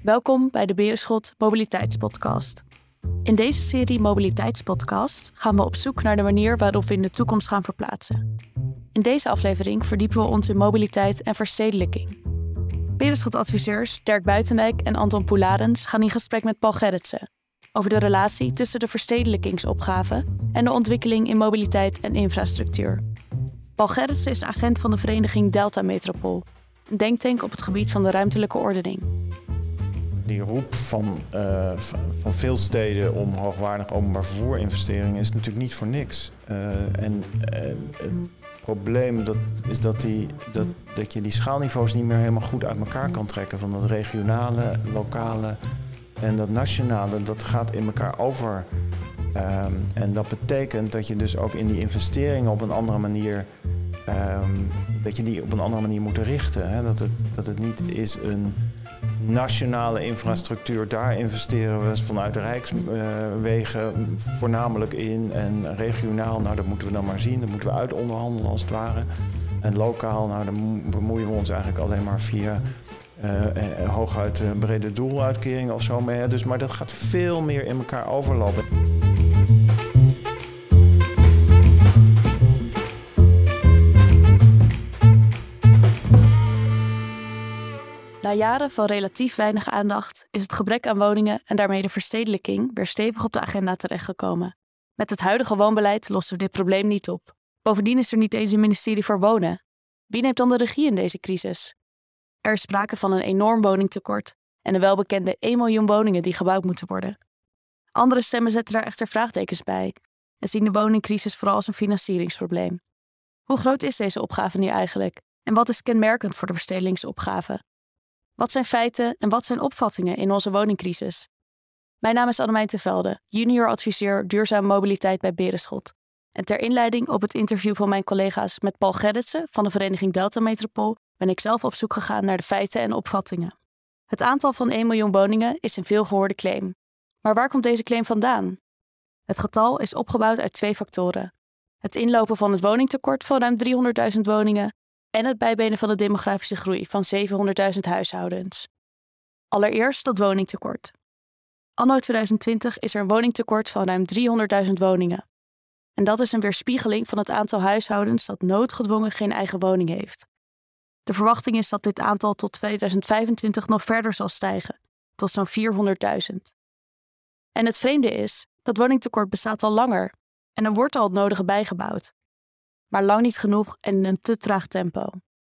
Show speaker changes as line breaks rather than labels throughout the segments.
Welkom bij de Berenschot Mobiliteitspodcast. In deze serie Mobiliteitspodcast gaan we op zoek naar de manier waarop we in de toekomst gaan verplaatsen. In deze aflevering verdiepen we ons in mobiliteit en verstedelijking. Berenschot-adviseurs Dirk Buitendijk en Anton Poularens gaan in gesprek met Paul Gerritsen over de relatie tussen de verstedelijkingsopgave en de ontwikkeling in mobiliteit en infrastructuur. Paul Gerritsen is agent van de vereniging Delta Metropool, een denktank op het gebied van de ruimtelijke ordening.
Die roep van veel steden om hoogwaardig openbaar vervoerinvesteringen is natuurlijk niet voor niks. Het probleem is dat je die schaalniveaus niet meer helemaal goed uit elkaar kan trekken. Van dat regionale, lokale en dat nationale, dat gaat in elkaar over. En dat betekent dat je dus ook in die investeringen op een andere manier dat je die op een andere manier moet richten. Hè? Dat het niet is een nationale infrastructuur, daar investeren we vanuit de rijkswegen voornamelijk in. En regionaal, nou dat moeten we dan maar zien, dat moeten we uitonderhandelen als het ware. En lokaal, nou dan bemoeien we ons eigenlijk alleen maar via hooguit brede doeluitkeringen of zo mee. Dus, maar dat gaat veel meer in elkaar overlopen.
Na jaren van relatief weinig aandacht is het gebrek aan woningen en daarmee de verstedelijking weer stevig op de agenda terechtgekomen. Met het huidige woonbeleid lossen we dit probleem niet op. Bovendien is er niet eens een ministerie voor wonen. Wie neemt dan de regie in deze crisis? Er is sprake van een enorm woningtekort en de welbekende 1 miljoen woningen die gebouwd moeten worden. Andere stemmen zetten daar echter vraagtekens bij en zien de woningcrisis vooral als een financieringsprobleem. Hoe groot is deze opgave nu eigenlijk en wat is kenmerkend voor de verstedelingsopgave? Wat zijn feiten en wat zijn opvattingen in onze woningcrisis? Mijn naam is Annemijn te Velde, junior adviseur duurzame mobiliteit bij Berenschot. En ter inleiding op het interview van mijn collega's met Paul Gerritsen van de vereniging Delta Metropool ben ik zelf op zoek gegaan naar de feiten en opvattingen. Het aantal van 1 miljoen woningen is een veelgehoorde claim. Maar waar komt deze claim vandaan? Het getal is opgebouwd uit 2 factoren. Het inlopen van het woningtekort van ruim 300.000 woningen en het bijbenen van de demografische groei van 700.000 huishoudens. Allereerst dat woningtekort. Anno 2020 is er een woningtekort van ruim 300.000 woningen. En dat is een weerspiegeling van het aantal huishoudens dat noodgedwongen geen eigen woning heeft. De verwachting is dat dit aantal tot 2025 nog verder zal stijgen, tot zo'n 400.000. En het vreemde is, dat woningtekort bestaat al langer en er wordt al het nodige bijgebouwd. Maar lang niet genoeg en in een te traag tempo.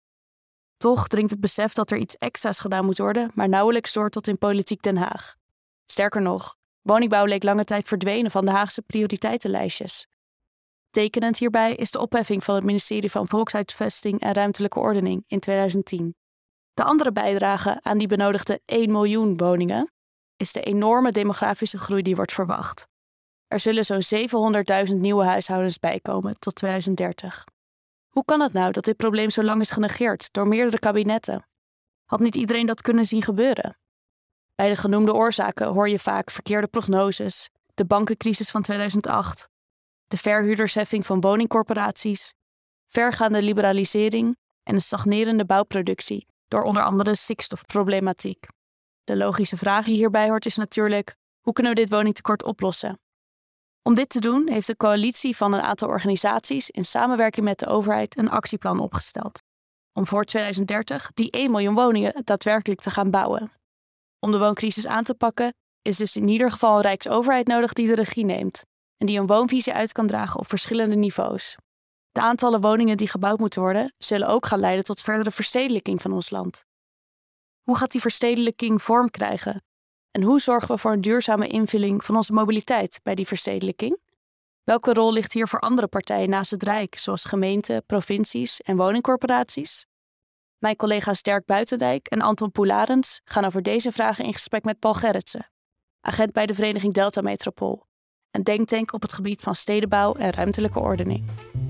Toch dringt het besef dat er iets extra's gedaan moet worden, maar nauwelijks door tot in politiek Den Haag. Sterker nog, woningbouw leek lange tijd verdwenen van de Haagse prioriteitenlijstjes. Tekenend hierbij is de opheffing van het ministerie van Volkshuisvesting en Ruimtelijke Ordening in 2010. De andere bijdrage aan die benodigde 1 miljoen woningen is de enorme demografische groei die wordt verwacht. Er zullen zo'n 700.000 nieuwe huishoudens bijkomen tot 2030. Hoe kan het nou dat dit probleem zo lang is genegeerd door meerdere kabinetten? Had niet iedereen dat kunnen zien gebeuren? Bij de genoemde oorzaken hoor je vaak verkeerde prognoses, de bankencrisis van 2008, de verhuurdersheffing van woningcorporaties, vergaande liberalisering en een stagnerende bouwproductie door onder andere stikstofproblematiek. De logische vraag die hierbij hoort is natuurlijk, hoe kunnen we dit woningtekort oplossen? Om dit te doen heeft de coalitie van een aantal organisaties in samenwerking met de overheid een actieplan opgesteld. Om voor 2030 die 1 miljoen woningen daadwerkelijk te gaan bouwen. Om de wooncrisis aan te pakken is dus in ieder geval een rijksoverheid nodig die de regie neemt en die een woonvisie uit kan dragen op verschillende niveaus. De aantallen woningen die gebouwd moeten worden zullen ook gaan leiden tot verdere verstedelijking van ons land. Hoe gaat die verstedelijking vorm krijgen? En hoe zorgen we voor een duurzame invulling van onze mobiliteit bij die verstedelijking? Welke rol ligt hier voor andere partijen naast het Rijk, zoals gemeenten, provincies en woningcorporaties? Mijn collega's Dirk Buitendijk en Anton Poularens gaan over deze vragen in gesprek met Paul Gerritsen, agent bij de vereniging Delta Metropool, een denktank op het gebied van stedenbouw en ruimtelijke ordening.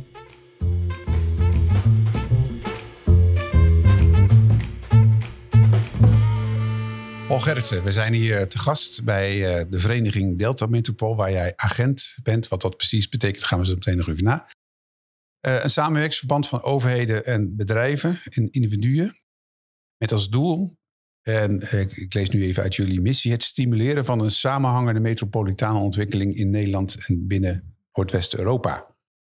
Paul Gerritsen, we zijn hier te gast bij de vereniging Delta Metropool, waar jij agent bent. Wat dat precies betekent, gaan we zo meteen nog even na. Een samenwerkingsverband van overheden en bedrijven en individuen met als doel En ik lees nu even uit jullie missie. Het stimuleren van een samenhangende metropolitane ontwikkeling in Nederland en binnen Noordwest-Europa.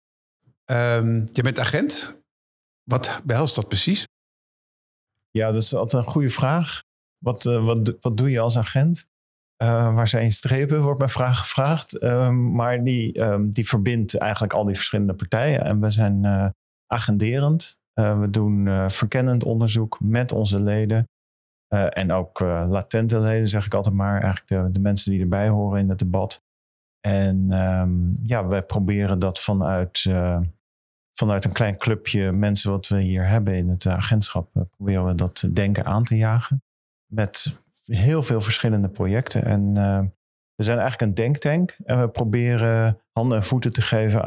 Je bent agent. Wat behelst dat precies?
Ja, dat is altijd een goede vraag. Wat doe je als agent? Waar zijn je strepen, wordt mij gevraagd. Maar die verbindt eigenlijk al die verschillende partijen. En we zijn agenderend. We doen verkennend onderzoek met onze leden. En ook latente leden, zeg ik altijd maar. Eigenlijk de mensen die erbij horen in het debat. En wij proberen dat vanuit een klein clubje mensen wat we hier hebben in het agentschap, proberen we dat denken aan te jagen. Met heel veel verschillende projecten. En we zijn eigenlijk een denktank. En we proberen handen en voeten te geven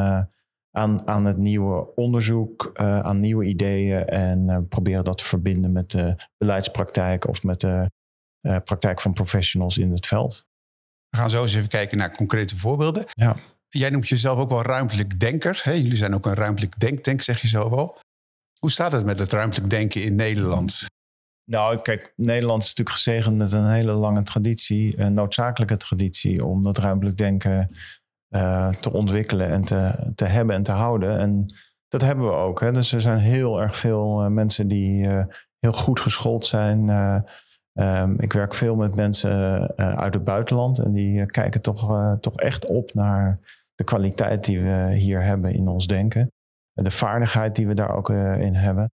aan het nieuwe onderzoek, aan nieuwe ideeën. En proberen dat te verbinden met de beleidspraktijk of met de praktijk van professionals in het veld.
We gaan zo eens even kijken naar concrete voorbeelden.
Ja.
Jij noemt jezelf ook wel ruimtelijk denker. Hè? Jullie zijn ook een ruimtelijk denktank, zeg je zelf al. Hoe staat het met het ruimtelijk denken in Nederland?
Nou, kijk, Nederland is natuurlijk gezegend met een hele lange traditie, een noodzakelijke traditie, om dat ruimtelijk denken te ontwikkelen en te hebben en te houden. En dat hebben we ook. Hè? Dus er zijn heel erg veel mensen die heel goed geschoold zijn. Ik werk veel met mensen uit het buitenland en die kijken toch echt op naar de kwaliteit die we hier hebben in ons denken. De vaardigheid die we daar ook in hebben.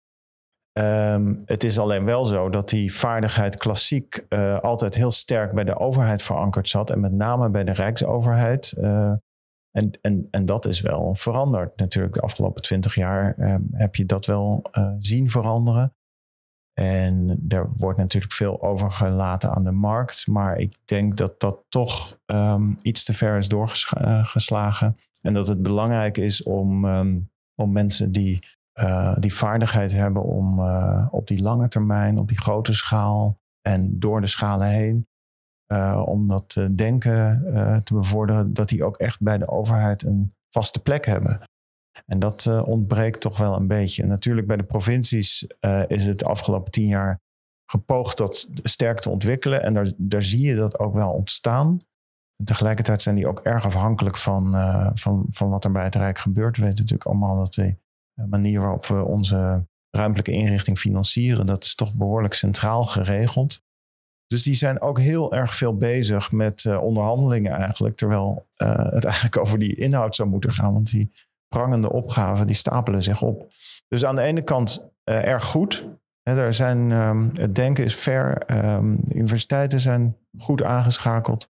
Het is alleen wel zo dat die vaardigheid klassiek altijd heel sterk bij de overheid verankerd zat. En met name bij de Rijksoverheid. En dat is wel veranderd. Natuurlijk de afgelopen 20 jaar heb je dat wel zien veranderen. En er wordt natuurlijk veel overgelaten aan de markt. Maar ik denk dat dat toch iets te ver is doorgeslagen. En dat het belangrijk is om mensen die vaardigheid hebben om op die lange termijn, op die grote schaal en door de schalen heen, om dat denken te bevorderen, dat die ook echt bij de overheid een vaste plek hebben. En dat ontbreekt toch wel een beetje. En natuurlijk bij de provincies is het de afgelopen 10 jaar gepoogd dat sterk te ontwikkelen. En daar zie je dat ook wel ontstaan. En tegelijkertijd zijn die ook erg afhankelijk van wat er bij het Rijk gebeurt. We weten natuurlijk allemaal dat de manier waarop we onze ruimtelijke inrichting financieren, dat is toch behoorlijk centraal geregeld. Dus die zijn ook heel erg veel bezig met onderhandelingen eigenlijk. Terwijl het eigenlijk over die inhoud zou moeten gaan. Want die prangende opgaven, die stapelen zich op. Dus aan de ene kant erg goed. Het denken is ver. De universiteiten zijn goed aangeschakeld.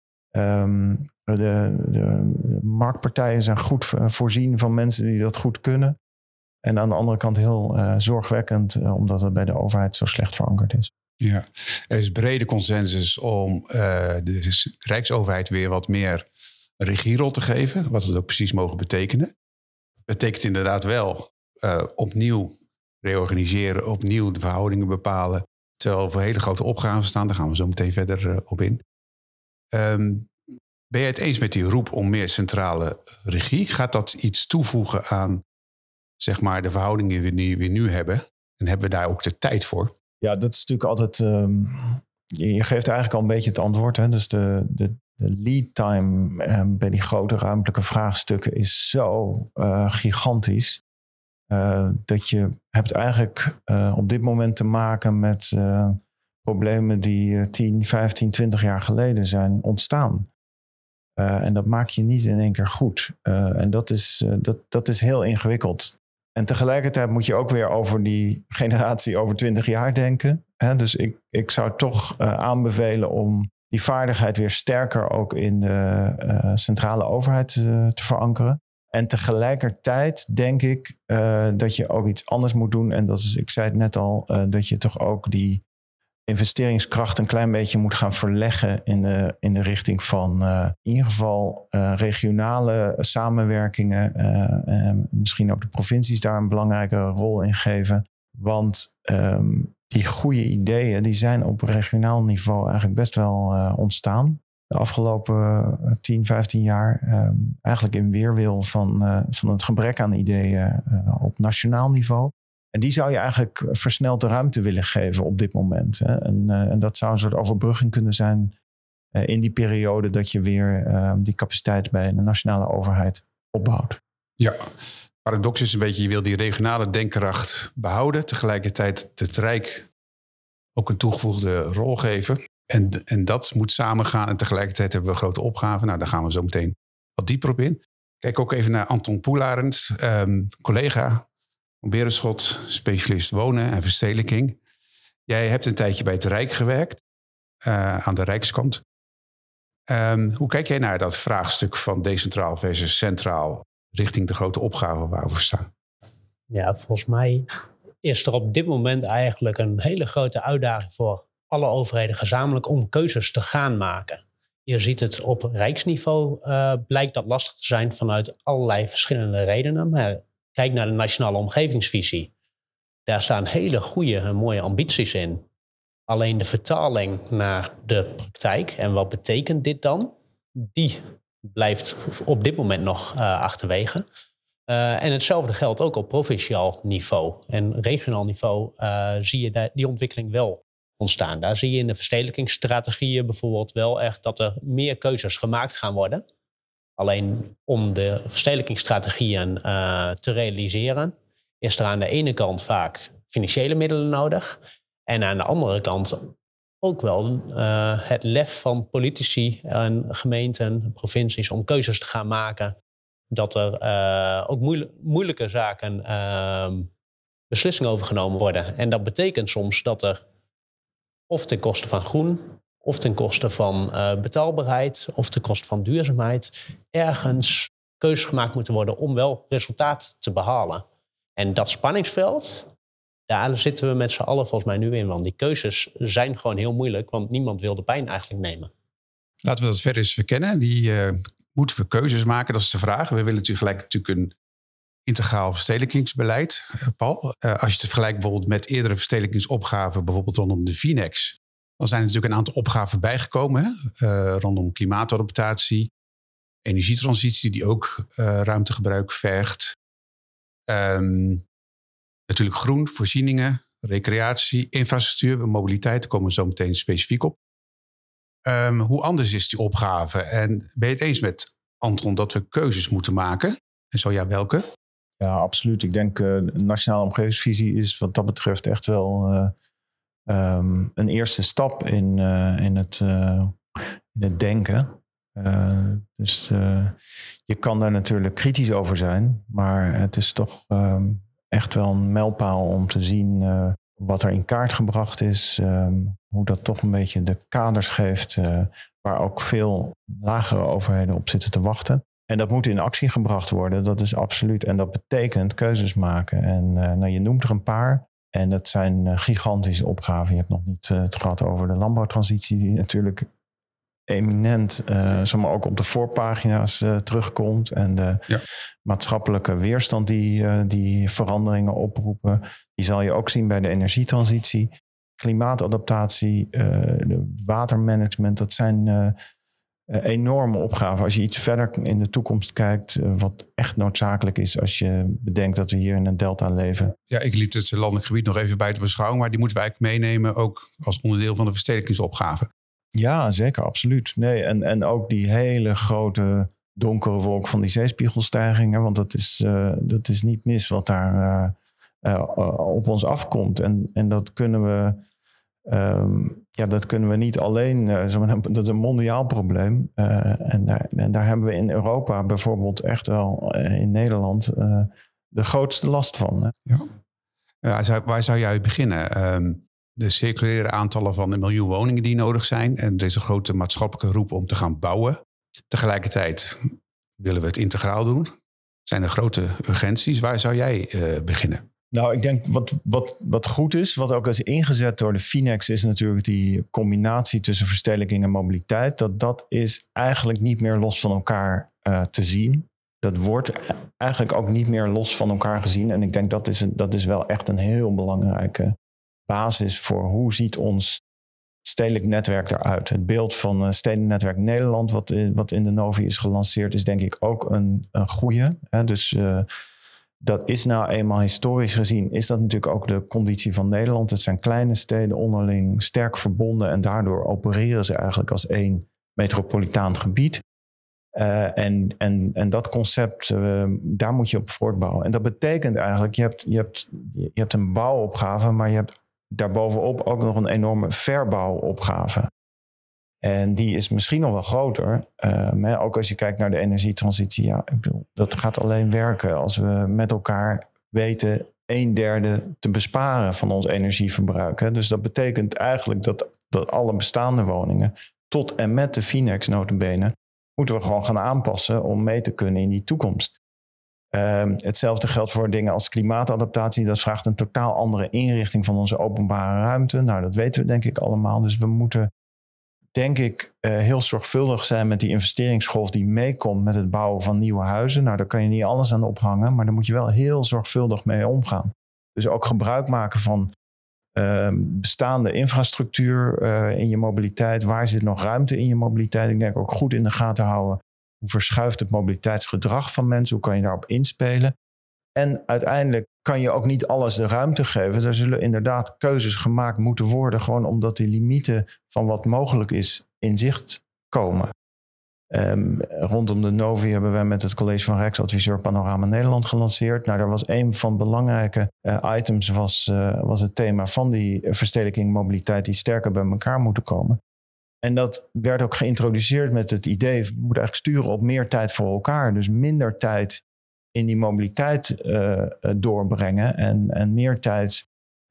De marktpartijen zijn goed voorzien van mensen die dat goed kunnen. En aan de andere kant heel zorgwekkend, omdat het bij de overheid zo slecht verankerd is.
Ja, er is brede consensus om de Rijksoverheid weer wat meer regierol te geven. Wat het ook precies mogen betekenen. Betekent inderdaad wel opnieuw reorganiseren, opnieuw de verhoudingen bepalen. Terwijl we voor hele grote opgaven staan. Daar gaan we zo meteen verder op in. Ben je het eens met die roep om meer centrale regie? Gaat dat iets toevoegen aan, zeg maar, de verhoudingen die we nu hebben? En hebben we daar ook de tijd voor?
Ja, dat is natuurlijk altijd. Je geeft eigenlijk al een beetje het antwoord. Hè? Dus de lead time bij die grote ruimtelijke vraagstukken is zo gigantisch. Dat je hebt eigenlijk op dit moment te maken met problemen die 10, 15, 20 jaar geleden zijn ontstaan. En dat maak je niet in één keer goed. En dat is heel ingewikkeld. En tegelijkertijd moet je ook weer over die generatie over 20 jaar denken. Dus ik zou toch aanbevelen om die vaardigheid weer sterker ook in de centrale overheid te verankeren. En tegelijkertijd denk ik dat je ook iets anders moet doen. En dat is, ik zei het net al, dat je toch ook die investeringskracht een klein beetje moet gaan verleggen in de richting van in ieder geval regionale samenwerkingen. Misschien ook de provincies daar een belangrijke rol in geven. Want die goede ideeën die zijn op regionaal niveau eigenlijk best wel ontstaan. De afgelopen 10, 15 jaar. Eigenlijk in weerwil van het gebrek aan ideeën op nationaal niveau. En die zou je eigenlijk versneld de ruimte willen geven op dit moment. Hè. En dat zou een soort overbrugging kunnen zijn in die periode dat je weer die capaciteit bij de nationale overheid opbouwt.
Ja, paradox is een beetje, je wil die regionale denkkracht behouden. Tegelijkertijd het Rijk ook een toegevoegde rol geven. En dat moet samengaan. En tegelijkertijd hebben we grote opgaven. Nou, daar gaan we zo meteen wat dieper op in. Kijk ook even naar Anton Poelarens, collega van Berenschot, specialist wonen en verstedelijking. Jij hebt een tijdje bij het Rijk gewerkt, aan de Rijkskant. Hoe kijk jij naar dat vraagstuk van decentraal versus centraal richting de grote opgaven waar we staan?
Ja, volgens mij is er op dit moment eigenlijk een hele grote uitdaging voor alle overheden gezamenlijk om keuzes te gaan maken. Je ziet het op rijksniveau blijkt dat lastig te zijn vanuit allerlei verschillende redenen. Maar kijk naar de Nationale Omgevingsvisie. Daar staan hele goede en mooie ambities in. Alleen de vertaling naar de praktijk en wat betekent dit dan, die blijft op dit moment nog achterwege. En hetzelfde geldt ook op provinciaal niveau. En regionaal niveau zie je die ontwikkeling wel ontstaan. Daar zie je in de verstedelijkingsstrategieën bijvoorbeeld wel echt dat er meer keuzes gemaakt gaan worden. Alleen om de verstedelijkingsstrategieën te realiseren, is er aan de ene kant vaak financiële middelen nodig. En aan de andere kant ook wel het lef van politici en gemeenten, provincies om keuzes te gaan maken. Dat er ook moeilijke zaken beslissingen over genomen worden. En dat betekent soms dat er of ten koste van groen, of ten koste van betaalbaarheid, of ten koste van duurzaamheid, ergens keuzes gemaakt moeten worden om wel resultaat te behalen. En dat spanningsveld, daar zitten we met z'n allen volgens mij nu in. Want die keuzes zijn gewoon heel moeilijk, want niemand wil de pijn eigenlijk nemen.
Laten we dat verder eens verkennen. Moeten we keuzes maken? Dat is de vraag. We willen natuurlijk een integraal verstedelijkingsbeleid. Paul, als je het vergelijkt bijvoorbeeld met eerdere verstedelijkingsopgaven, bijvoorbeeld rondom de VNEX, dan zijn er natuurlijk een aantal opgaven bijgekomen. Rondom klimaatadaptatie, energietransitie die ook ruimtegebruik vergt. Natuurlijk groen, voorzieningen, recreatie, infrastructuur, mobiliteit, daar komen we zo meteen specifiek op. Hoe anders is die opgave? En ben je het eens met Anton dat we keuzes moeten maken? En zo ja, welke?
Ja, absoluut. Ik denk de Nationale Omgevingsvisie is wat dat betreft echt wel een eerste stap in het denken. Dus je kan daar natuurlijk kritisch over zijn, maar het is toch echt wel een mijlpaal om te zien wat er in kaart gebracht is. Hoe dat toch een beetje de kaders geeft waar ook veel lagere overheden op zitten te wachten. En dat moet in actie gebracht worden, dat is absoluut. En dat betekent keuzes maken. En je noemt er een paar. En dat zijn gigantische opgaven. Je hebt nog niet het gehad over de landbouwtransitie, die natuurlijk eminent, zomaar ook op de voorpagina's terugkomt. En de maatschappelijke weerstand die veranderingen oproepen, die zal je ook zien bij de energietransitie. Klimaatadaptatie, de watermanagement, dat zijn enorme opgaven. Als je iets verder in de toekomst kijkt, wat echt noodzakelijk is als je bedenkt dat we hier in een delta leven.
Ja, ik liet het landelijk gebied nog even buiten beschouwing, maar die moeten we eigenlijk meenemen ook als onderdeel van de verstedelijkingsopgave. Ja,
zeker, absoluut. Nee, en ook die hele grote donkere wolk van die zeespiegelstijgingen, want dat is niet mis wat daar op ons afkomt. En dat kunnen we dat kunnen we niet alleen, dat is een mondiaal probleem. En daar hebben we in Europa bijvoorbeeld echt wel in Nederland de grootste last van. Hè?
Ja. Waar zou jij beginnen? De circulaire aantallen van 1 miljoen woningen die nodig zijn. En er is een grote maatschappelijke roep om te gaan bouwen. Tegelijkertijd willen we het integraal doen. Zijn er grote urgenties? Waar zou jij beginnen?
Nou, ik denk wat goed is, wat ook is ingezet door de FINEX, is natuurlijk die combinatie tussen verstedelijking en mobiliteit. Dat is eigenlijk niet meer los van elkaar te zien. Dat wordt eigenlijk ook niet meer los van elkaar gezien. En ik denk dat is wel echt een heel belangrijke basis voor hoe ziet ons stedelijk netwerk eruit. Het beeld van Stedelijk Netwerk Nederland, wat in de Novi is gelanceerd, is denk ik ook een goede. Hè? Dus Dat is nou eenmaal historisch gezien, is dat natuurlijk ook de conditie van Nederland. Het zijn kleine steden onderling sterk verbonden en daardoor opereren ze eigenlijk als één metropolitaan gebied. En dat concept, daar moet je op voortbouwen. En dat betekent eigenlijk, je hebt een bouwopgave, maar je hebt daarbovenop ook nog een enorme verbouwopgave. En die is misschien nog wel groter. Ook als je kijkt naar de energietransitie. Ja, ik bedoel, dat gaat alleen werken als we met elkaar weten 1/3 te besparen van ons energieverbruik. Hè. Dus dat betekent eigenlijk dat alle bestaande woningen, tot en met de Finex nota bene, moeten we gewoon gaan aanpassen om mee te kunnen in die toekomst. Hetzelfde geldt voor dingen als klimaatadaptatie. Dat vraagt een totaal andere inrichting van onze openbare ruimte. Nou, dat weten we denk ik allemaal. Dus we moeten, denk ik, heel zorgvuldig zijn met die investeringsgolf die meekomt met het bouwen van nieuwe huizen. Nou, daar kan je niet alles aan ophangen, maar daar moet je wel heel zorgvuldig mee omgaan. Dus ook gebruik maken van bestaande infrastructuur in je mobiliteit. Waar zit nog ruimte in je mobiliteit? Ik denk ook goed in de gaten houden. Hoe verschuift het mobiliteitsgedrag van mensen? Hoe kan je daarop inspelen? En uiteindelijk kan je ook niet alles de ruimte geven. Er zullen inderdaad keuzes gemaakt moeten worden, gewoon omdat die limieten van wat mogelijk is in zicht komen. Rondom de Novi hebben wij met het College van Rijksadviseur Panorama Nederland gelanceerd. Nou, daar was een van de belangrijke items was het thema van die verstedelijking mobiliteit die sterker bij elkaar moeten komen. En dat werd ook geïntroduceerd met het idee, je moet eigenlijk sturen op meer tijd voor elkaar. Dus minder tijd in die mobiliteit doorbrengen en meer tijd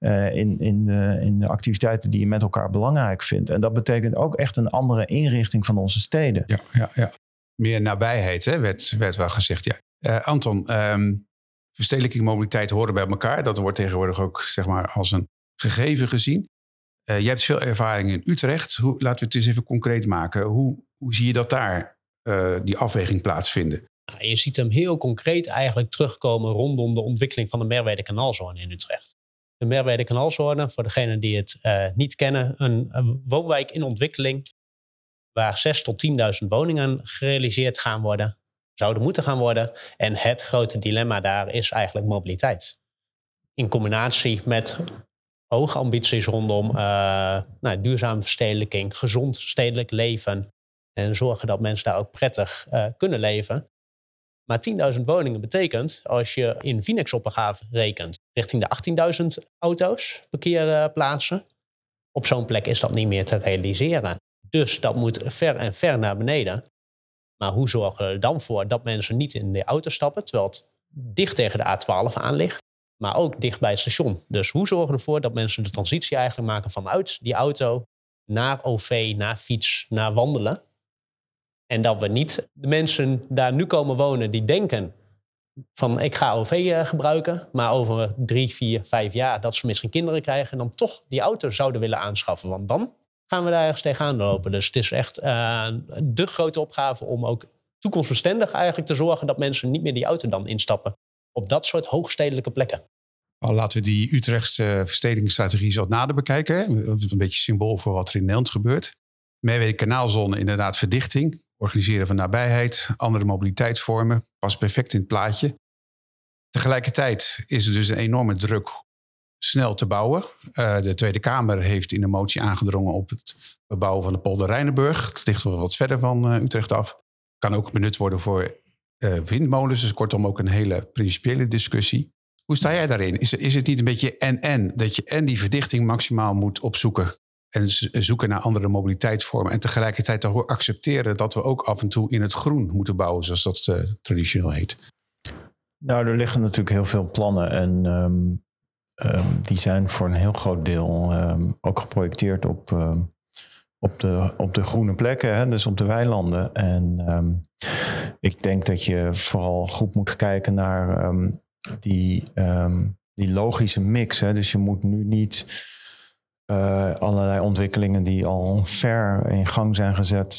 in de activiteiten die je met elkaar belangrijk vindt. En dat betekent ook echt een andere inrichting van onze steden.
Ja. Meer nabijheid, hè, werd wel gezegd. Ja. Anton, verstedelijking, mobiliteit horen bij elkaar. Dat wordt tegenwoordig ook zeg maar als een gegeven gezien. Jij hebt veel ervaring in Utrecht. Laten we het eens even concreet maken. Hoe zie je dat daar die afweging plaatsvinden?
Je ziet hem heel concreet eigenlijk terugkomen rondom de ontwikkeling van de Merwede Kanaalzone in Utrecht. De Merwede Kanaalzone, voor degenen die het niet kennen, een woonwijk in ontwikkeling waar 6.000 tot 10.000 woningen gerealiseerd gaan worden, zouden moeten gaan worden. En het grote dilemma daar is eigenlijk mobiliteit. In combinatie met hoge ambities rondom duurzame verstedelijking, gezond stedelijk leven en zorgen dat mensen daar ook prettig kunnen leven. Maar 10.000 woningen betekent, als je in Finex-oppergave rekent, richting de 18.000 auto's parkeerplaatsen. Op zo'n plek is dat niet meer te realiseren. Dus dat moet ver en ver naar beneden. Maar hoe zorgen we er dan voor dat mensen niet in de auto stappen, terwijl het dicht tegen de A12 aan ligt, maar ook dicht bij het station. Dus hoe zorgen we ervoor dat mensen de transitie eigenlijk maken vanuit die auto naar OV, naar fiets, naar wandelen. En dat we niet de mensen daar nu komen wonen die denken van ik ga OV gebruiken, maar over 3, 4, 5 jaar dat ze misschien kinderen krijgen en dan toch die auto zouden willen aanschaffen. Want dan gaan we daar ergens tegenaan lopen. Dus het is echt de grote opgave om ook toekomstbestendig eigenlijk te zorgen dat mensen niet meer die auto dan instappen op dat soort hoogstedelijke plekken.
Laten we die Utrechtse verstedelijkingsstrategie eens wat nader bekijken. Een beetje symbool voor wat er in Nederland gebeurt. Merwede Kanaalzone, inderdaad verdichting. Organiseren van nabijheid, andere mobiliteitsvormen. Past perfect in het plaatje. Tegelijkertijd is er dus een enorme druk snel te bouwen. De Tweede Kamer heeft in een motie aangedrongen op het bebouwen van de polder Rijnenburg. Het ligt wel wat verder van Utrecht af. Kan ook benut worden voor windmolens. Dus kortom ook een hele principiële discussie. Hoe sta jij daarin? Is het niet een beetje en dat je en die verdichting maximaal moet opzoeken en zoeken naar andere mobiliteitsvormen en tegelijkertijd toch accepteren dat we ook af en toe in het groen moeten bouwen, zoals dat traditioneel heet?
Nou, er liggen natuurlijk heel veel plannen en die zijn voor een heel groot deel ook geprojecteerd op de groene plekken, hè, dus op de weilanden. En ik denk dat je vooral goed moet kijken naar die logische mix. Hè. Dus je moet nu niet allerlei ontwikkelingen die al ver in gang zijn gezet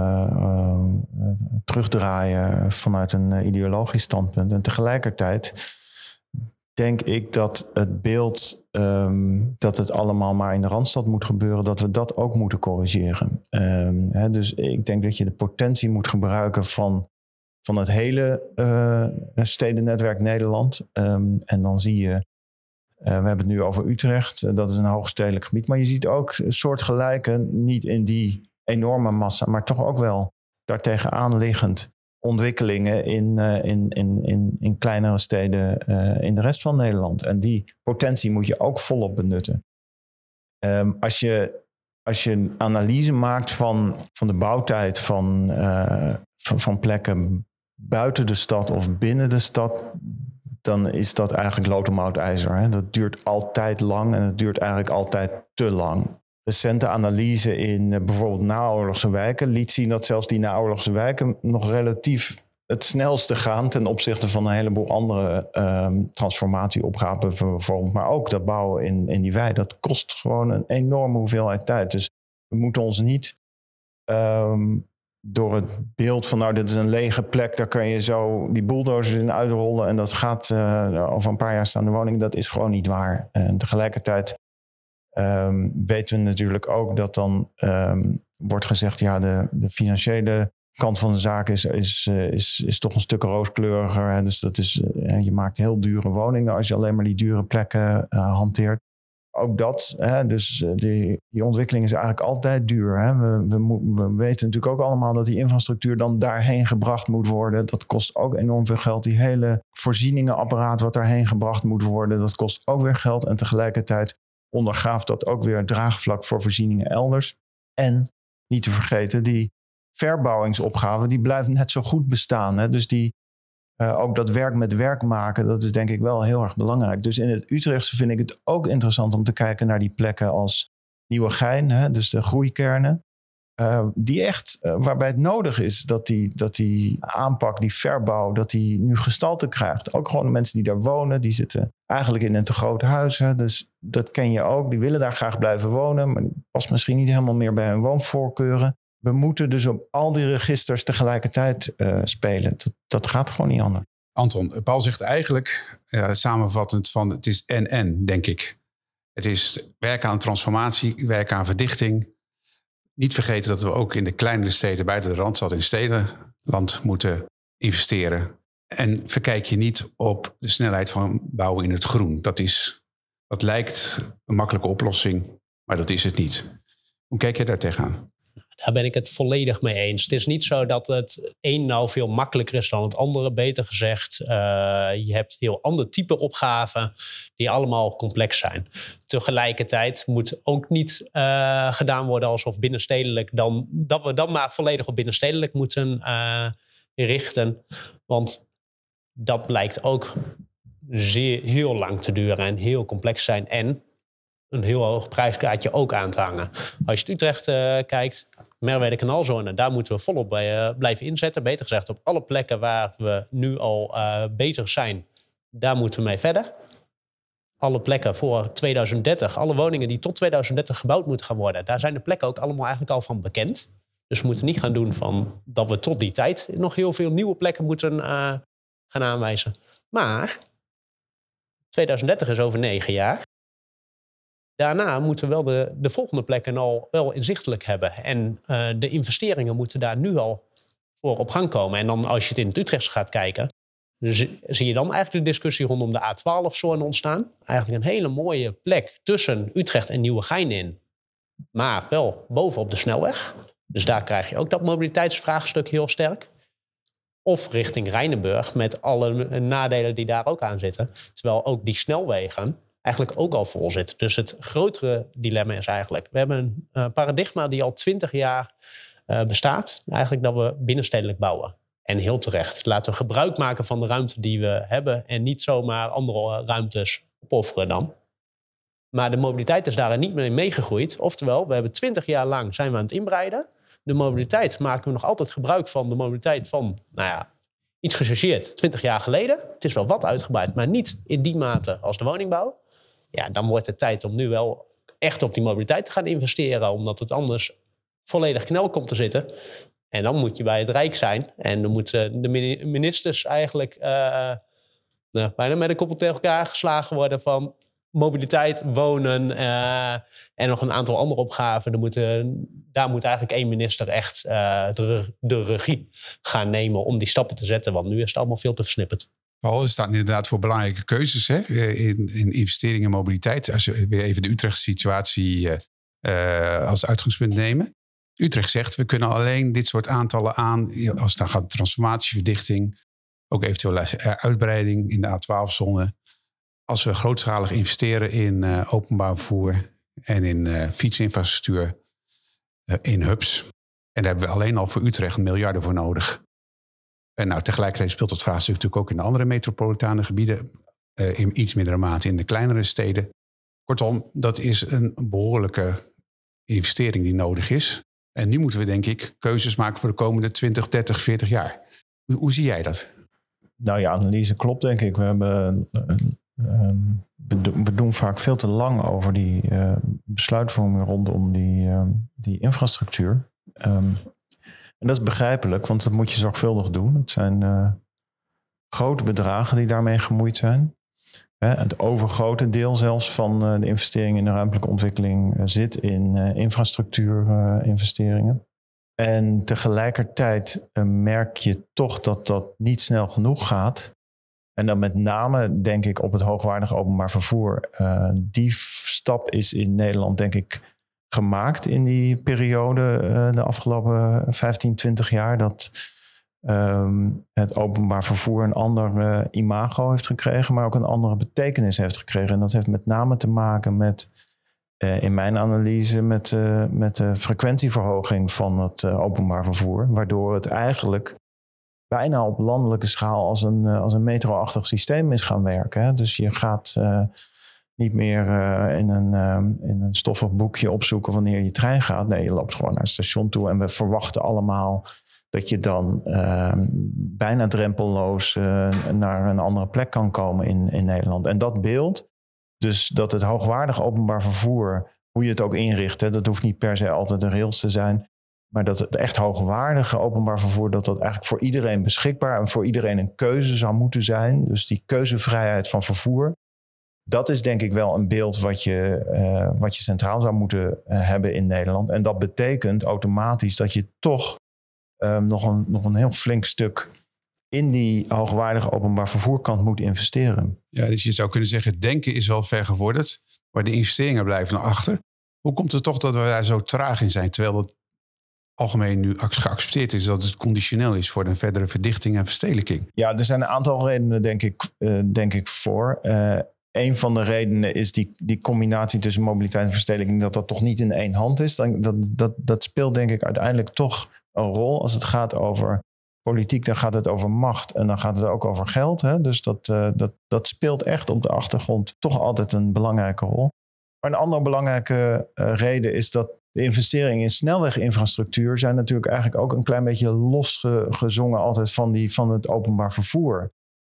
terugdraaien vanuit een ideologisch standpunt. En tegelijkertijd denk ik dat het beeld dat het allemaal maar in de Randstad moet gebeuren, dat we dat ook moeten corrigeren. Dus ik denk dat je de potentie moet gebruiken van van het hele stedennetwerk Nederland. En dan zie je, we hebben het nu over Utrecht. Dat is een hoogstedelijk gebied. Maar je ziet ook soortgelijke, niet in die enorme massa, maar toch ook wel daartegenaan liggend ontwikkelingen in kleinere steden in de rest van Nederland. En die potentie moet je ook volop benutten. Als je een analyse maakt van de bouwtijd van plekken buiten de stad of binnen de stad, dan is dat eigenlijk lood om oud ijzer. Hè? Dat duurt altijd lang en het duurt eigenlijk altijd te lang. Recente analyse in bijvoorbeeld naoorlogse wijken liet zien dat zelfs die naoorlogse wijken nog relatief het snelste gaan ten opzichte van een heleboel andere transformatieopgaven bijvoorbeeld. Maar ook dat bouwen in die wijk, dat kost gewoon een enorme hoeveelheid tijd. Dus we moeten ons niet door het beeld van dit is een lege plek, daar kan je zo die bulldozers in uitrollen en dat gaat over een paar jaar staan de woning. Dat is gewoon niet waar. En tegelijkertijd weten we natuurlijk ook dat dan wordt gezegd, de financiële kant van de zaak is toch een stuk rooskleuriger. Hè? Dus dat is, je maakt heel dure woningen als je alleen maar die dure plekken hanteert. Ook dat, dus die ontwikkeling is eigenlijk altijd duur. Hè? We weten natuurlijk ook allemaal dat die infrastructuur dan daarheen gebracht moet worden. Dat kost ook enorm veel geld. Die hele voorzieningenapparaat wat daarheen gebracht moet worden, dat kost ook weer geld. En tegelijkertijd ondergraaft dat ook weer het draagvlak voor voorzieningen elders. En niet te vergeten, die verbouwingsopgave, die blijft net zo goed bestaan. Hè? Dus ook dat werk met werk maken, dat is denk ik wel heel erg belangrijk. Dus in het Utrechtse vind ik het ook interessant om te kijken naar die plekken als Nieuwegein, hè? Dus de groeikernen. Die echt, waarbij het nodig is dat die aanpak, die verbouw, dat die nu gestalte krijgt. Ook gewoon de mensen die daar wonen, die zitten eigenlijk in een te groot huis. Hè? Dus dat ken je ook. Die willen daar graag blijven wonen, maar die past misschien niet helemaal meer bij hun woonvoorkeuren. We moeten dus op al die registers tegelijkertijd spelen. Dat gaat gewoon niet anders.
Anton, Paul zegt eigenlijk samenvattend van het is en, denk ik. Het is werken aan transformatie, werken aan verdichting. Niet vergeten dat we ook in de kleinere steden buiten de Randstad in stedenland moeten investeren. En verkijk je niet op de snelheid van bouwen in het groen. Dat lijkt een makkelijke oplossing, maar dat is het niet. Hoe kijk je daar tegenaan?
Daar ben ik het volledig mee eens. Het is niet zo dat het een nou veel makkelijker is dan het andere. Beter gezegd, je hebt heel ander type opgaven die allemaal complex zijn. Tegelijkertijd moet ook niet gedaan worden alsof binnenstedelijk dat we dan maar volledig op binnenstedelijk moeten richten. Want dat blijkt ook heel lang te duren en heel complex zijn en een heel hoog prijskaartje ook aan te hangen. Als je Utrecht kijkt, Merwede kanaalzone, daar moeten we volop bij blijven inzetten. Beter gezegd, op alle plekken waar we nu al bezig zijn, daar moeten we mee verder. Alle plekken voor 2030, alle woningen die tot 2030 gebouwd moeten gaan worden, daar zijn de plekken ook allemaal eigenlijk al van bekend. Dus we moeten niet gaan doen van dat we tot die tijd nog heel veel nieuwe plekken moeten gaan aanwijzen. Maar 2030 is over 9 jaar. Daarna moeten we wel de volgende plekken al wel inzichtelijk hebben. En de investeringen moeten daar nu al voor op gang komen. En dan als je het in het Utrechtse gaat kijken, zie je dan eigenlijk de discussie rondom de A12-zone ontstaan. Eigenlijk een hele mooie plek tussen Utrecht en Nieuwegein in. Maar wel bovenop de snelweg. Dus daar krijg je ook dat mobiliteitsvraagstuk heel sterk. Of richting Rijnenburg met alle nadelen die daar ook aan zitten. Terwijl ook die snelwegen eigenlijk ook al vol zit. Dus het grotere dilemma is eigenlijk, we hebben een paradigma die al 20 jaar bestaat. Eigenlijk dat we binnenstedelijk bouwen. En heel terecht. Laten we gebruik maken van de ruimte die we hebben en niet zomaar andere ruimtes opofferen dan. Maar de mobiliteit is daarin niet meer meegegroeid. Oftewel, we hebben 20 jaar lang zijn we aan het inbreiden. De mobiliteit maken we nog altijd gebruik van de mobiliteit van, iets gechargeerd 20 jaar geleden. Het is wel wat uitgebreid, maar niet in die mate als de woningbouw. Ja, dan wordt het tijd om nu wel echt op die mobiliteit te gaan investeren. Omdat het anders volledig knel komt te zitten. En dan moet je bij het Rijk zijn. En dan moeten de ministers eigenlijk bijna met een koppel tegen elkaar geslagen worden van mobiliteit, wonen en nog een aantal andere opgaven. Daar moet eigenlijk één minister echt de regie gaan nemen om die stappen te zetten. Want nu is het allemaal veel te versnipperd.
Paul, er staan inderdaad voor belangrijke keuzes in investeringen in mobiliteit. Als we weer even de Utrechtse situatie als uitgangspunt nemen. Utrecht zegt, we kunnen alleen dit soort aantallen aan als het dan gaat om transformatieverdichting, ook eventueel uitbreiding in de A12-zone. Als we grootschalig investeren in openbaar vervoer en in fietsinfrastructuur, in hubs. En daar hebben we alleen al voor Utrecht miljarden voor nodig. En nou, tegelijkertijd speelt het vraagstuk natuurlijk ook in de andere metropolitane gebieden. In iets mindere mate in de kleinere steden. Kortom, dat is een behoorlijke investering die nodig is. En nu moeten we denk ik keuzes maken voor de komende 20, 30, 40 jaar. Hoe zie jij dat?
Nou ja, analyse klopt denk ik. We doen vaak veel te lang over die besluitvorming rondom die infrastructuur. En dat is begrijpelijk, want dat moet je zorgvuldig doen. Het zijn grote bedragen die daarmee gemoeid zijn. Het overgrote deel zelfs van de investeringen in de ruimtelijke ontwikkeling zit in infrastructuurinvesteringen. En tegelijkertijd merk je toch dat dat niet snel genoeg gaat. En dan met name denk ik op het hoogwaardig openbaar vervoer. Die stap is in Nederland denk ik gemaakt in die periode de afgelopen 15, 20 jaar. Dat het openbaar vervoer een ander imago heeft gekregen, maar ook een andere betekenis heeft gekregen. En dat heeft met name te maken met, in mijn analyse, met de frequentieverhoging van het openbaar vervoer. Waardoor het eigenlijk bijna op landelijke schaal als een metro-achtig systeem is gaan werken. Hè? Dus je gaat niet meer in een stoffig boekje opzoeken wanneer je trein gaat. Nee, je loopt gewoon naar het station toe. En we verwachten allemaal dat je dan bijna drempelloos naar een andere plek kan komen in Nederland. En dat beeld, dus dat het hoogwaardig openbaar vervoer, hoe je het ook inricht, hè, dat hoeft niet per se altijd de rails te zijn, maar dat het echt hoogwaardige openbaar vervoer, dat eigenlijk voor iedereen beschikbaar en voor iedereen een keuze zou moeten zijn. Dus die keuzevrijheid van vervoer. Dat is denk ik wel een beeld wat je centraal zou moeten hebben in Nederland. En dat betekent automatisch dat je toch nog een heel flink stuk in die hoogwaardige openbaar vervoerkant moet investeren.
Ja, dus je zou kunnen zeggen, het denken is wel ver gevorderd, maar de investeringen blijven nog achter. Hoe komt het toch dat we daar zo traag in zijn, terwijl het algemeen nu geaccepteerd is dat het conditioneel is voor een verdere verdichting en verstedelijking?
Ja, er zijn een aantal redenen denk ik voor. Een van de redenen is die combinatie tussen mobiliteit en verstedelijking, dat toch niet in één hand is. Dat speelt denk ik uiteindelijk toch een rol. Als het gaat over politiek, dan gaat het over macht en dan gaat het ook over geld. Hè? Dus dat speelt echt op de achtergrond toch altijd een belangrijke rol. Maar een andere belangrijke reden is dat de investeringen in snelweginfrastructuur zijn natuurlijk eigenlijk ook een klein beetje losgezongen altijd van het openbaar vervoer.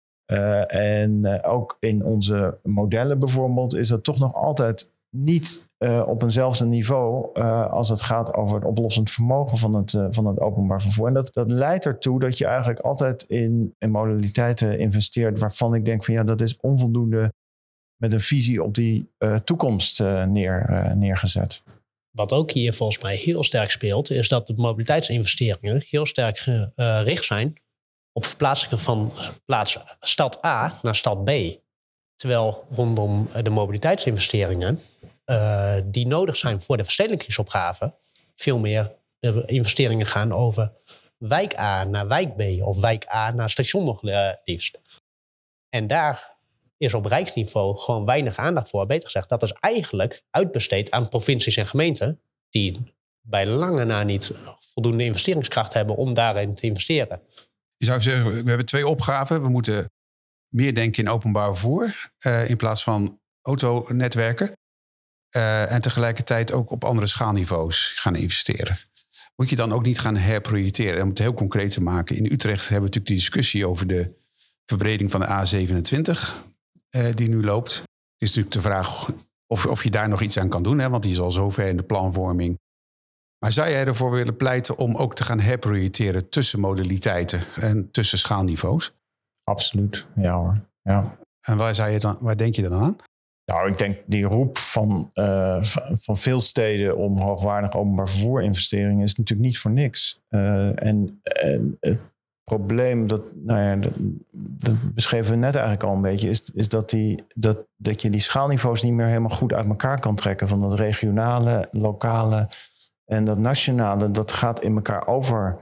En ook in onze modellen bijvoorbeeld is dat toch nog altijd niet op eenzelfde niveau als het gaat over het oplossend vermogen van het openbaar vervoer. En dat leidt ertoe dat je eigenlijk altijd in modaliteiten investeert waarvan ik denk van ja, dat is onvoldoende met een visie op die toekomst neergezet.
Wat ook hier volgens mij heel sterk speelt, is dat de mobiliteitsinvesteringen heel sterk gericht zijn op verplaatsingen van plaats stad A naar stad B. Terwijl rondom de mobiliteitsinvesteringen die nodig zijn voor de verstedelijkingsopgave veel meer investeringen gaan over wijk A naar wijk B of wijk A naar station nog liefst. En daar is op rijksniveau gewoon weinig aandacht voor. Beter gezegd, dat is eigenlijk uitbesteed aan provincies en gemeenten die bij lange na niet voldoende investeringskracht hebben om daarin te investeren.
Je zou zeggen, we hebben twee opgaven. We moeten meer denken in openbaar vervoer in plaats van autonetwerken. En tegelijkertijd ook op andere schaalniveaus gaan investeren. Moet je dan ook niet gaan herprojecteren? Om het heel concreet te maken. In Utrecht hebben we natuurlijk die discussie over de verbreding van de A27 die nu loopt. Het is natuurlijk de vraag of je daar nog iets aan kan doen. Hè, want die is al zover in de planvorming. Maar zou jij ervoor willen pleiten om ook te gaan herprojecteren tussen modaliteiten en tussen schaalniveaus?
Absoluut, ja hoor. Ja.
En waar denk je dan aan?
Nou, ik denk die roep van veel steden om hoogwaardig openbaar vervoer investeringen is natuurlijk niet voor niks. En het probleem, dat beschreven we net eigenlijk al een beetje, is dat je die schaalniveaus niet meer helemaal goed uit elkaar kan trekken. Van dat regionale, lokale en dat nationale, dat gaat in elkaar over.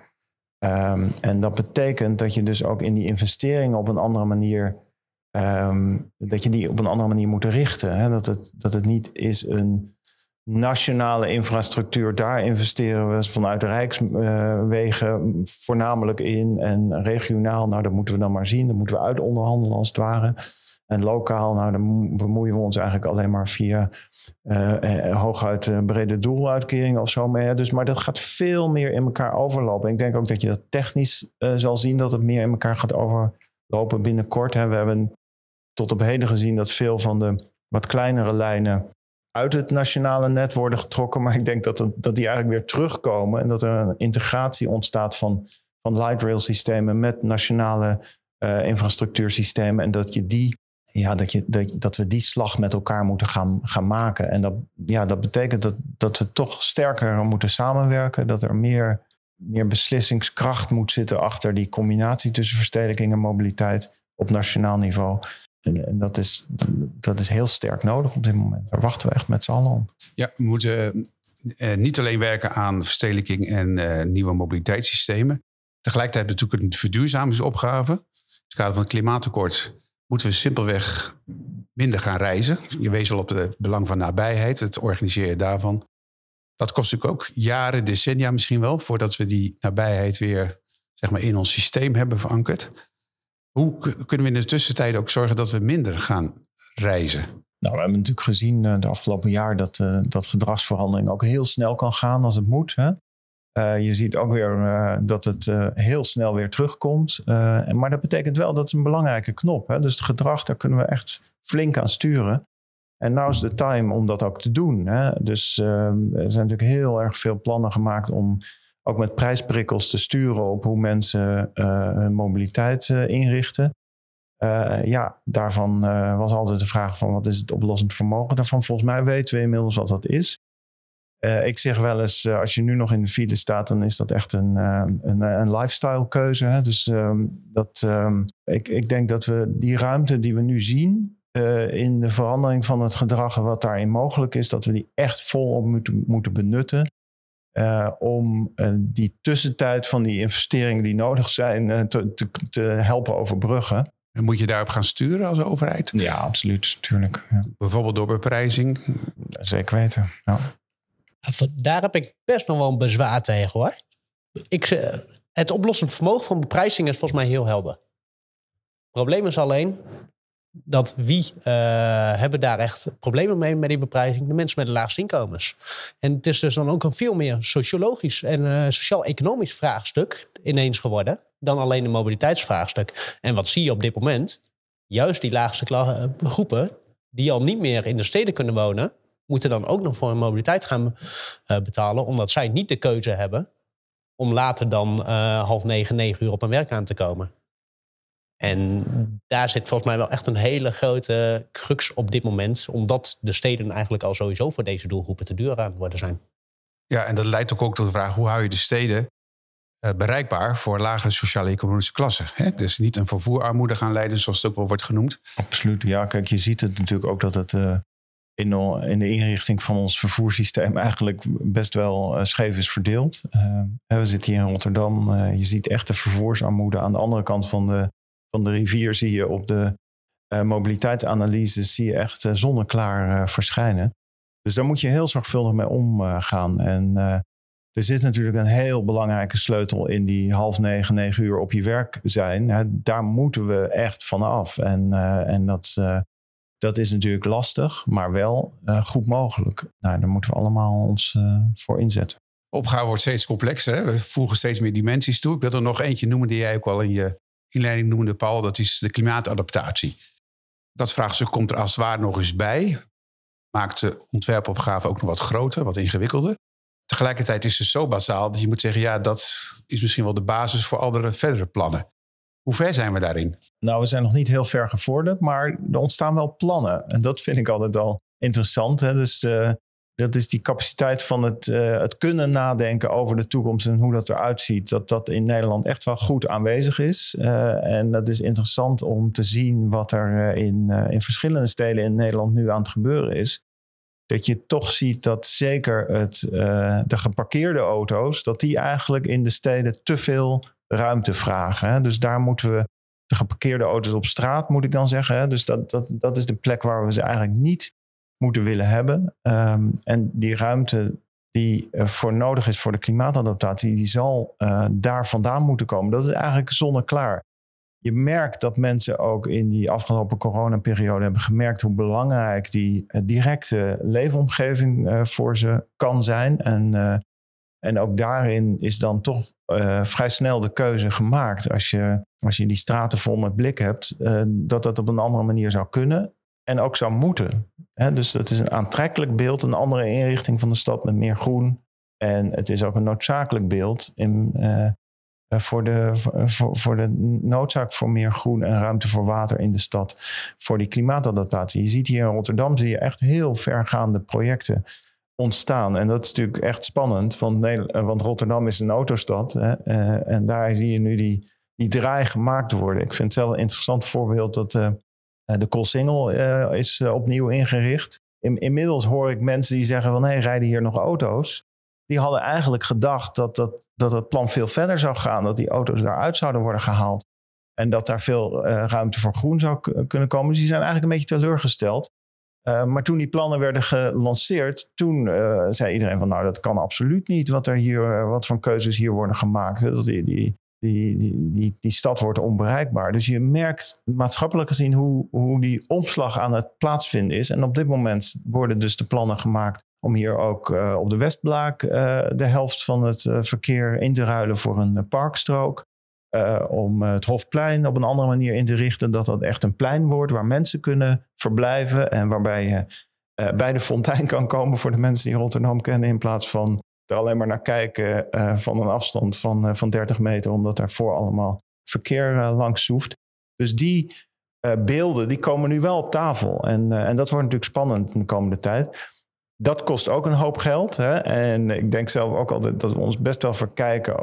En dat betekent dat je dus ook in die investeringen op een andere manier, dat je die op een andere manier moet richten. Hè? Dat het niet is een nationale infrastructuur, daar investeren we vanuit de rijkswegen voornamelijk in. En regionaal, nou dat moeten we dan maar zien. Dat moeten we uitonderhandelen als het ware. En lokaal, nou dan bemoeien we ons eigenlijk alleen maar via hooguit brede doeluitkeringen of zo mee. Dus, maar dat gaat veel meer in elkaar overlopen. Ik denk ook dat je dat technisch zal zien, dat het meer in elkaar gaat overlopen binnenkort. Hè. We hebben tot op heden gezien dat veel van de wat kleinere lijnen uit het nationale net worden getrokken. Maar ik denk dat die eigenlijk weer terugkomen. En dat er een integratie ontstaat van light rail systemen met nationale infrastructuursystemen. En dat we die slag met elkaar moeten gaan maken. En dat betekent dat we toch sterker moeten samenwerken. Dat er meer beslissingskracht moet zitten achter die combinatie tussen verstedelijking en mobiliteit op nationaal niveau. En dat is heel sterk nodig op dit moment. Daar wachten we echt met z'n allen op.
Ja, we moeten niet alleen werken aan verstedelijking en nieuwe mobiliteitssystemen. Tegelijkertijd natuurlijk een verduurzamingsopgave. In het kader van het klimaatakkoord moeten we simpelweg minder gaan reizen. Je wees al op het belang van nabijheid, het organiseren daarvan. Dat kost natuurlijk ook jaren, decennia misschien wel, voordat we die nabijheid weer in ons systeem hebben verankerd. Hoe kunnen we in de tussentijd ook zorgen dat we minder gaan reizen?
Nou, we hebben natuurlijk gezien de afgelopen jaar dat gedragsverandering ook heel snel kan gaan als het moet. Hè? Je ziet ook weer dat het heel snel weer terugkomt. Maar dat betekent wel, dat is een belangrijke knop. Hè? Dus het gedrag, daar kunnen we echt flink aan sturen. En nou is de time om dat ook te doen. Hè? Dus er zijn natuurlijk heel erg veel plannen gemaakt om ook met prijsprikkels te sturen op hoe mensen hun mobiliteit inrichten. Daarvan was altijd de vraag van wat is het oplossend vermogen daarvan. Volgens mij weten we inmiddels wat dat is. Ik zeg wel eens, als je nu nog in de file staat, dan is dat echt een lifestyle keuze. Hè? Dus ik denk dat we die ruimte die we nu zien in de verandering van het gedrag en wat daarin mogelijk is, dat we die echt volop moeten benutten. Om die tussentijd van die investeringen die nodig zijn te helpen overbruggen.
En moet je daarop gaan sturen als overheid?
Ja, absoluut. Natuurlijk. Ja.
Bijvoorbeeld door beprijzing?
Zeker weten, ja.
Daar heb ik best nog wel een bezwaar tegen, hoor. Het oplossend vermogen van beprijzing is volgens mij heel helder. Het probleem is alleen dat wie hebben daar echt problemen mee met die beprijzing? De mensen met de laagste inkomens. En het is dus dan ook een veel meer sociologisch en sociaal-economisch vraagstuk ineens geworden dan alleen een mobiliteitsvraagstuk. En wat zie je op dit moment? Juist die laagste groepen die al niet meer in de steden kunnen wonen, moeten dan ook nog voor hun mobiliteit gaan betalen, omdat zij niet de keuze hebben om later dan 8:30, 9:00 op hun werk aan te komen. En daar zit volgens mij wel echt een hele grote crux op dit moment, omdat de steden eigenlijk al sowieso voor deze doelgroepen te duur aan het worden zijn.
Ja, en dat leidt ook tot de vraag, hoe hou je de steden bereikbaar voor lagere sociaal-economische klassen? Hè? Dus niet een vervoerarmoede gaan leiden, zoals het ook wel wordt genoemd.
Absoluut, ja. Kijk, je ziet het natuurlijk ook dat het in de inrichting van ons vervoerssysteem eigenlijk best wel scheef is verdeeld. We zitten hier in Rotterdam. Je ziet echt de vervoersarmoede. Aan de andere kant van de rivier zie je op de mobiliteitsanalyses zie je echt zonneklaar verschijnen. Dus daar moet je heel zorgvuldig mee omgaan. En er zit natuurlijk een heel belangrijke sleutel in die 8:30, 9:00 op je werk zijn. Daar moeten we echt van af. En dat is natuurlijk lastig, maar wel goed mogelijk. Nou, daar moeten we allemaal ons voor inzetten.
Opgave wordt steeds complexer. Hè? We voegen steeds meer dimensies toe. Ik wil er nog eentje noemen die jij ook al in je inleiding noemde, Paul. Dat is de klimaatadaptatie. Dat vraagstuk komt er als het ware nog eens bij. Maakt de ontwerpopgave ook nog wat groter, wat ingewikkelder. Tegelijkertijd is het zo basaal dat je moet zeggen, ja, dat is misschien wel de basis voor verdere plannen. Hoe ver zijn we daarin?
Nou, we zijn nog niet heel ver gevorderd, maar er ontstaan wel plannen. En dat vind ik altijd al interessant. Hè? Dus dat is die capaciteit van het kunnen nadenken over de toekomst en hoe dat eruit ziet. Dat in Nederland echt wel goed aanwezig is. En dat is interessant om te zien wat er in verschillende steden in Nederland nu aan het gebeuren is. Dat je toch ziet dat zeker de geparkeerde auto's, dat die eigenlijk in de steden te veel ruimte vragen. Hè? Dus daar moeten we de geparkeerde auto's op straat, moet ik dan zeggen. Hè? Dus dat is de plek waar we ze eigenlijk niet moeten willen hebben. En die ruimte die voor nodig is voor de klimaatadaptatie, die zal daar vandaan moeten komen. Dat is eigenlijk zonneklaar. Je merkt dat mensen ook in die afgelopen coronaperiode hebben gemerkt hoe belangrijk die directe leefomgeving voor ze kan zijn. En ook daarin is dan toch vrij snel de keuze gemaakt. Als je die straten vol met blik hebt, dat op een andere manier zou kunnen en ook zou moeten. Dus dat is een aantrekkelijk beeld, een andere inrichting van de stad met meer groen. En het is ook een noodzakelijk beeld voor de noodzaak voor meer groen en ruimte voor water in de stad. Voor die klimaatadaptatie. Je ziet hier in Rotterdam echt heel vergaande projecten ontstaan. En dat is natuurlijk echt spannend, want Rotterdam is een autostad. Hè? En daar zie je nu die draai gemaakt worden. Ik vind het zelf een interessant voorbeeld dat de Koolsingel is opnieuw ingericht. Inmiddels hoor ik mensen die zeggen van rijden hier nog auto's? Die hadden eigenlijk gedacht dat het plan veel verder zou gaan. Dat die auto's daaruit zouden worden gehaald. En dat daar veel ruimte voor groen zou kunnen komen. Dus die zijn eigenlijk een beetje teleurgesteld. Maar toen die plannen werden gelanceerd, toen zei iedereen van dat kan absoluut niet wat voor keuzes hier worden gemaakt. Dat die stad wordt onbereikbaar. Dus je merkt maatschappelijk gezien hoe die omslag aan het plaatsvinden is. En op dit moment worden dus de plannen gemaakt om hier ook op de Westblaak de helft van het verkeer in te ruilen voor een parkstrook. Om het Hofplein op een andere manier in te richten. Dat echt een plein wordt waar mensen kunnen verblijven. En waarbij je bij de fontein kan komen voor de mensen die Rotterdam kennen. In plaats van er alleen maar naar kijken van een afstand van 30 meter. Omdat daarvoor allemaal verkeer langs zoeft. Dus die beelden die komen nu wel op tafel. En dat wordt natuurlijk spannend in de komende tijd. Dat kost ook een hoop geld. Hè? En ik denk zelf ook altijd dat we ons best wel verkijken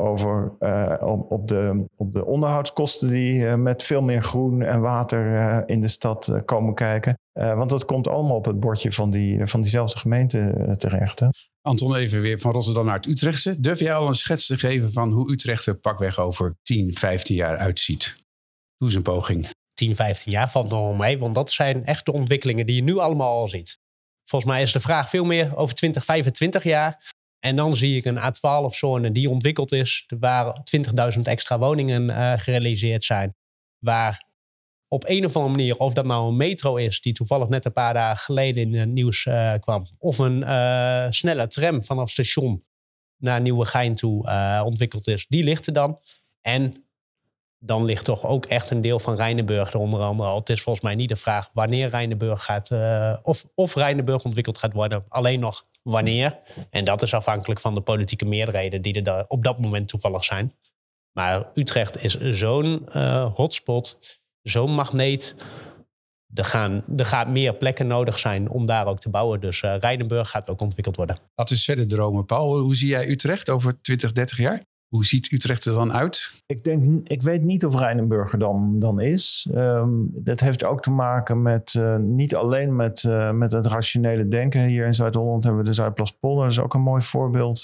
op de onderhoudskosten die met veel meer groen en water in de stad komen kijken. Want dat komt allemaal op het bordje van diezelfde gemeente terecht. Hè?
Anton, even weer van Rotterdam naar het Utrechtse. Durf jij al een schets te geven van hoe Utrecht er pakweg over 10, 15 jaar uitziet? Doe eens een poging.
10, 15 jaar valt nog wel mee, want dat zijn echt de ontwikkelingen die je nu allemaal al ziet. Volgens mij is de vraag veel meer over 20, 25 jaar. En dan zie ik een A12-zone die ontwikkeld is, waar 20.000 extra woningen gerealiseerd zijn. Waar op een of andere manier, of dat nou een metro is, die toevallig net een paar dagen geleden in het nieuws kwam, of een snelle tram vanaf het station naar Nieuwegein toe ontwikkeld is, die ligt er dan. En dan ligt toch ook echt een deel van Rijnenburg er onder andere al. Het is volgens mij niet de vraag wanneer Rijnenburg gaat of Rijnenburg ontwikkeld gaat worden. Alleen nog wanneer. En dat is afhankelijk van de politieke meerderheden die er daar op dat moment toevallig zijn. Maar Utrecht is zo'n hotspot, zo'n magneet. Er gaat meer plekken nodig zijn om daar ook te bouwen. Dus Rijnenburg gaat ook ontwikkeld worden.
Laten we verder dromen. Paul, hoe zie jij Utrecht over 20, 30 jaar? Hoe ziet Utrecht er dan uit?
Ik weet niet of Rijnenburg er dan is. Dat heeft ook te maken met niet alleen met het rationele denken. Hier in Zuid-Holland hebben we de Zuidplaspolder. Dat is ook een mooi voorbeeld.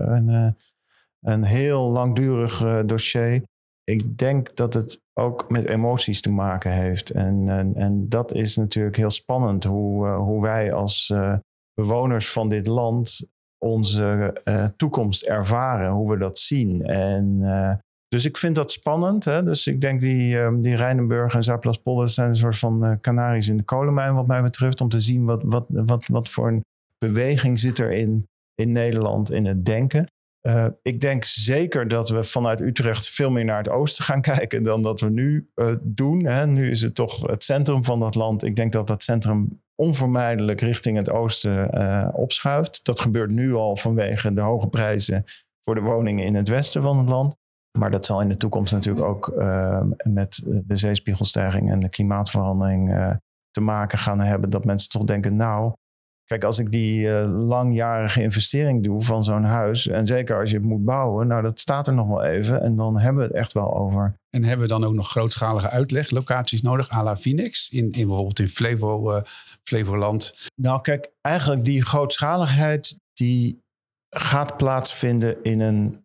Een heel langdurig dossier. Ik denk dat het ook met emoties te maken heeft. En dat is natuurlijk heel spannend. Hoe wij als bewoners van dit land onze toekomst ervaren, hoe we dat zien. Dus ik vind dat spannend. Hè? Dus ik denk die Rijnenburg en Zuidplaspolder zijn een soort van kanaries in de kolenmijn wat mij betreft, om te zien wat voor een beweging zit er in Nederland in het denken. Ik denk zeker dat we vanuit Utrecht veel meer naar het oosten gaan kijken dan dat we nu doen. Hè? Nu is het toch het centrum van dat land. Ik denk dat centrum onvermijdelijk richting het oosten opschuift. Dat gebeurt nu al vanwege de hoge prijzen voor de woningen in het westen van het land. Maar dat zal in de toekomst natuurlijk ook met de zeespiegelstijging en de klimaatverandering te maken gaan hebben. Dat mensen toch denken, nou, kijk, als ik die langjarige investering doe van zo'n huis, en zeker als je het moet bouwen, nou, dat staat er nog wel even. En dan hebben we het echt wel over.
En hebben we dan ook nog grootschalige uitleglocaties nodig, à la Phoenix, in bijvoorbeeld in Flevoland?
Nou, kijk, eigenlijk die grootschaligheid die gaat plaatsvinden in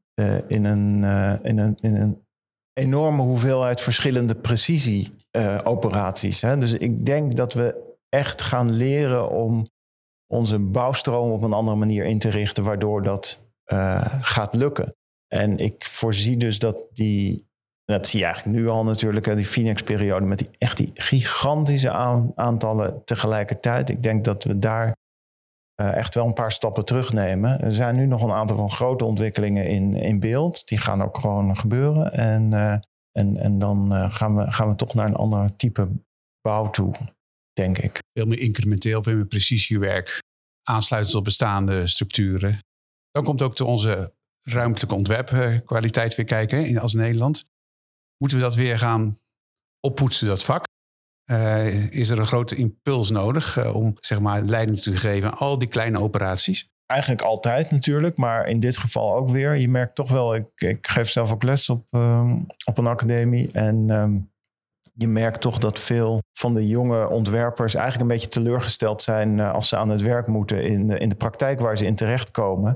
een enorme hoeveelheid verschillende precisieoperaties. Dus ik denk dat we echt gaan leren om onze bouwstroom op een andere manier in te richten, waardoor dat gaat lukken. En ik voorzie dus dat dat zie je eigenlijk nu al natuurlijk, die Phoenix-periode met die gigantische aantallen tegelijkertijd. Ik denk dat we daar echt wel een paar stappen terugnemen. Er zijn nu nog een aantal van grote ontwikkelingen in beeld. Die gaan ook gewoon gebeuren. En dan gaan we toch naar een ander type bouw toe, denk ik.
Veel meer incrementeel, veel meer precisiewerk. Aansluitend op bestaande structuren. Dan komt ook onze ruimtelijke ontwerpkwaliteit weer kijken als Nederland. Moeten we dat weer gaan oppoetsen, dat vak? Is er een grote impuls nodig om zeg maar leiding te geven aan al die kleine operaties?
Eigenlijk altijd natuurlijk, maar in dit geval ook weer. Je merkt toch wel, ik geef zelf ook les op een academie. En je merkt toch dat veel van de jonge ontwerpers eigenlijk een beetje teleurgesteld zijn als ze aan het werk moeten in de praktijk waar ze in terechtkomen.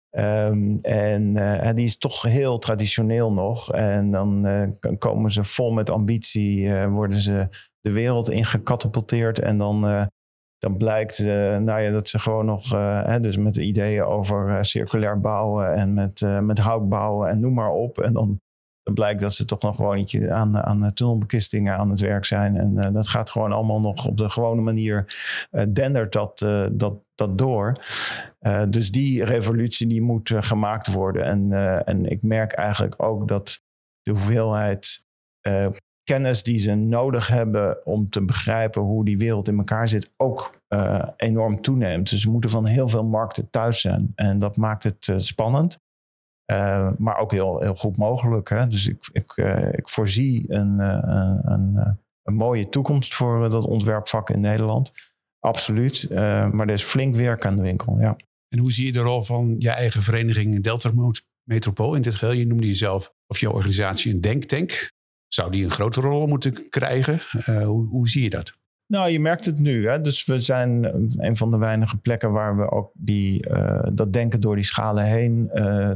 En die is toch heel traditioneel nog. En dan komen ze vol met ambitie, worden ze de wereld ingecatapulteerd. En dan blijkt dat ze gewoon nog, dus met ideeën over circulair bouwen en met hout bouwen en noem maar op. En dan blijkt dat ze toch nog gewoon ietsje aan tunnelbekistingen aan het werk zijn. En dat gaat gewoon allemaal nog op de gewone manier, dendert dat door. Dus die revolutie die moet gemaakt worden. En ik merk eigenlijk ook dat de hoeveelheid kennis die ze nodig hebben om te begrijpen hoe die wereld in elkaar zit ook enorm toeneemt. Dus ze moeten van heel veel markten thuis zijn. En dat maakt het spannend. Maar ook heel, heel goed mogelijk. Hè? Dus ik voorzie een mooie toekomst voor dat ontwerpvak in Nederland. Absoluut. Maar er is flink werk aan de winkel. Ja.
En hoe zie je de rol van je eigen vereniging Delta Metropool in dit geheel? Je noemde jezelf of je organisatie een denktank. Zou die een grote rol moeten krijgen? Hoe zie je dat?
Nou, je merkt het nu. Hè? Dus we zijn een van de weinige plekken waar we ook dat denken door die schalen heen,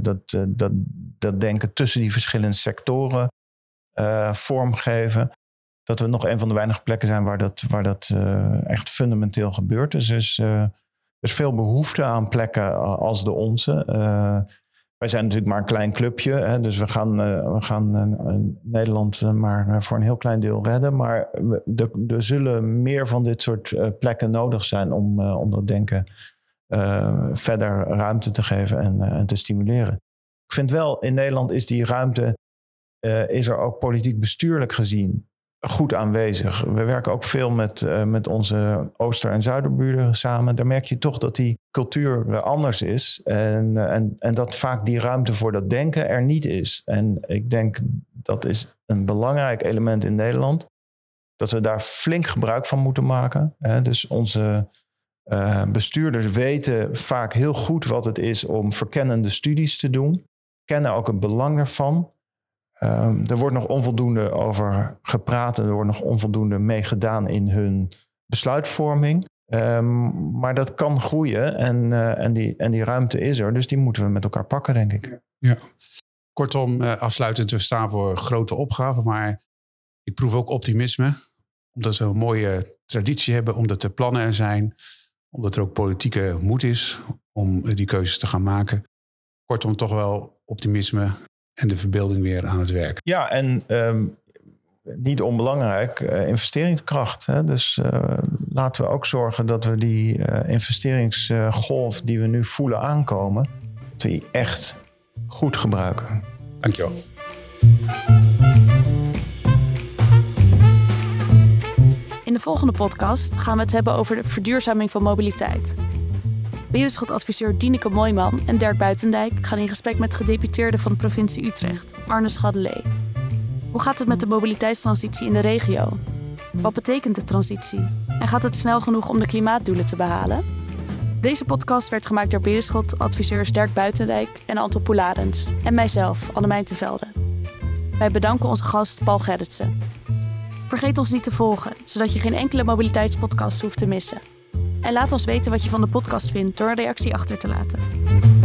dat denken tussen die verschillende sectoren vormgeven. Dat we nog een van de weinige plekken zijn waar dat echt fundamenteel gebeurt. Dus er is veel behoefte aan plekken als de onze. Wij zijn natuurlijk maar een klein clubje. Hè, dus we gaan Nederland maar voor een heel klein deel redden. Maar er zullen meer van dit soort plekken nodig zijn om dat denken verder ruimte te geven en te stimuleren. Ik vind wel, in Nederland is die ruimte, is er ook politiek bestuurlijk gezien goed aanwezig. We werken ook veel met onze Ooster- en Zuiderburen samen. Daar merk je toch dat die cultuur anders is. En dat vaak die ruimte voor dat denken er niet is. En ik denk dat is een belangrijk element in Nederland. Dat we daar flink gebruik van moeten maken. Dus onze bestuurders weten vaak heel goed wat het is om verkennende studies te doen. Kennen ook het belang ervan. Er wordt nog onvoldoende over gepraat en er wordt nog onvoldoende mee gedaan in hun besluitvorming. Maar dat kan groeien en die ruimte is er. Dus die moeten we met elkaar pakken, denk ik.
Ja. Kortom, afsluitend, we staan voor grote opgaven. Maar ik proef ook optimisme. Omdat we een mooie traditie hebben, omdat er plannen er zijn. Omdat er ook politieke moed is om die keuzes te gaan maken. Kortom, toch wel optimisme en de verbeelding weer aan het werk.
Ja, en niet onbelangrijk, investeringskracht. Hè? Dus laten we ook zorgen dat we die investeringsgolf die we nu voelen aankomen, dat we die echt goed gebruiken.
Dankjewel.
In de volgende podcast gaan we het hebben over de verduurzaming van mobiliteit. Berenschot-adviseur Dineke Mooijman en Dirk Buitendijk gaan in gesprek met gedeputeerde van de provincie Utrecht, Arne Schaddelee. Hoe gaat het met de mobiliteitstransitie in de regio? Wat betekent de transitie? En gaat het snel genoeg om de klimaatdoelen te behalen? Deze podcast werd gemaakt door Berenschot-adviseurs Dirk Buitendijk en Anton Poularens en mijzelf, Annemijn te Velde. Wij bedanken onze gast Paul Gerritsen. Vergeet ons niet te volgen, zodat je geen enkele mobiliteitspodcast hoeft te missen. En laat ons weten wat je van de podcast vindt door een reactie achter te laten.